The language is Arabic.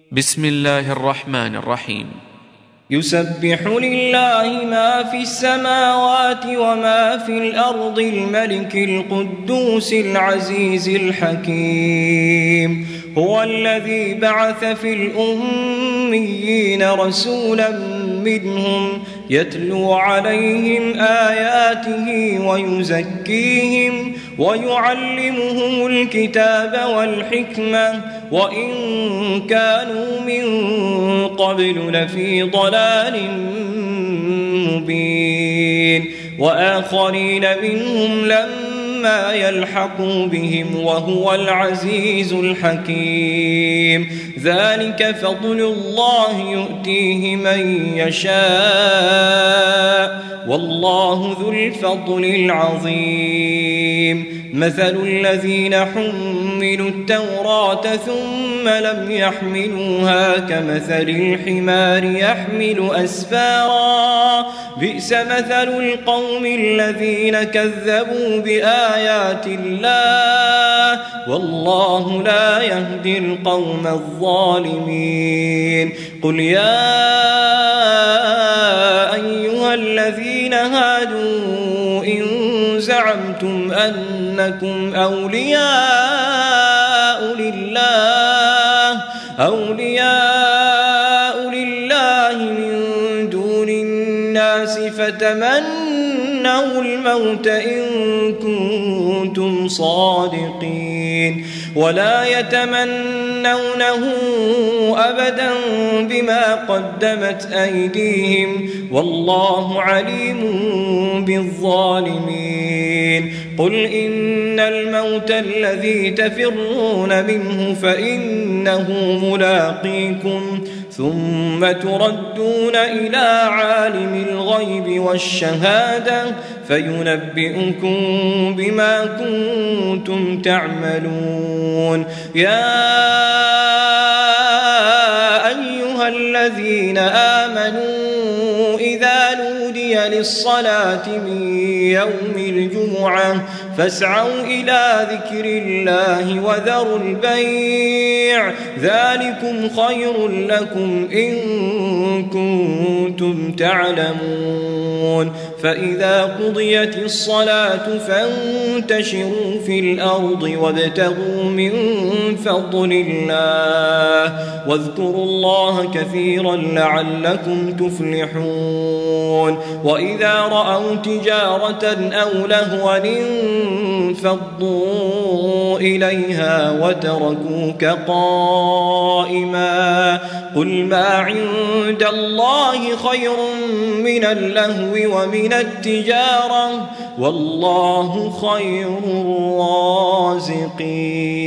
بسم الله الرحمن الرحيم. يسبح لله ما في السماوات وما في الأرض الملك القدوس العزيز الحكيم. هو الذي بعث في الأميين رسولا منهم يتلو عليهم آياته ويزكيهم ويعلمهم الكتاب والحكمة وإن كانوا من قبل لفي ضلال مبين وآخرين منهم لما يلحقوا بهم وهو العزيز الحكيم. ذلك فضل الله يؤتيه من يشاء والله ذو الفضل العظيم. مثل الذين حملوا التوراة ثم لم يحملوها كمثل الحمار يحمل أسفارا بئس مثل القوم الذين كذبوا بآيات الله والله لا يهدي القوم الظالمين. قل يا أيها الذين هادوا إن زعمتم أنكم أولياء لله من دون الناس فتمنوا الموت إن كنتم صادقين ولا يتمنونه أبدا بما قدمت أيديهم والله عليم بالظالمين. قل إن الموت الذي تفرون منه فإنه ملاقيكم ثم تردون إلى عالم الغيب والشهادة فينبئكم بما كنتم تعملون. يا أيها الذين آمنوا إذا نودي للصلاة من يوم الجمعة فاسعوا إلى ذكر الله وذروا البيع ذلكم خير لكم إن كنتم تعلمون. فإذا قضيت الصلاة فانتشروا في الأرض وابتغوا من فضل الله واذكروا الله كثيرا لعلكم تفلحون. وإذا رأوا تجارة أو لهوا انفضوا إليها وتركوك قائما قل ما عند الله خير من اللهو ومن التجارة والله خير الرازقين.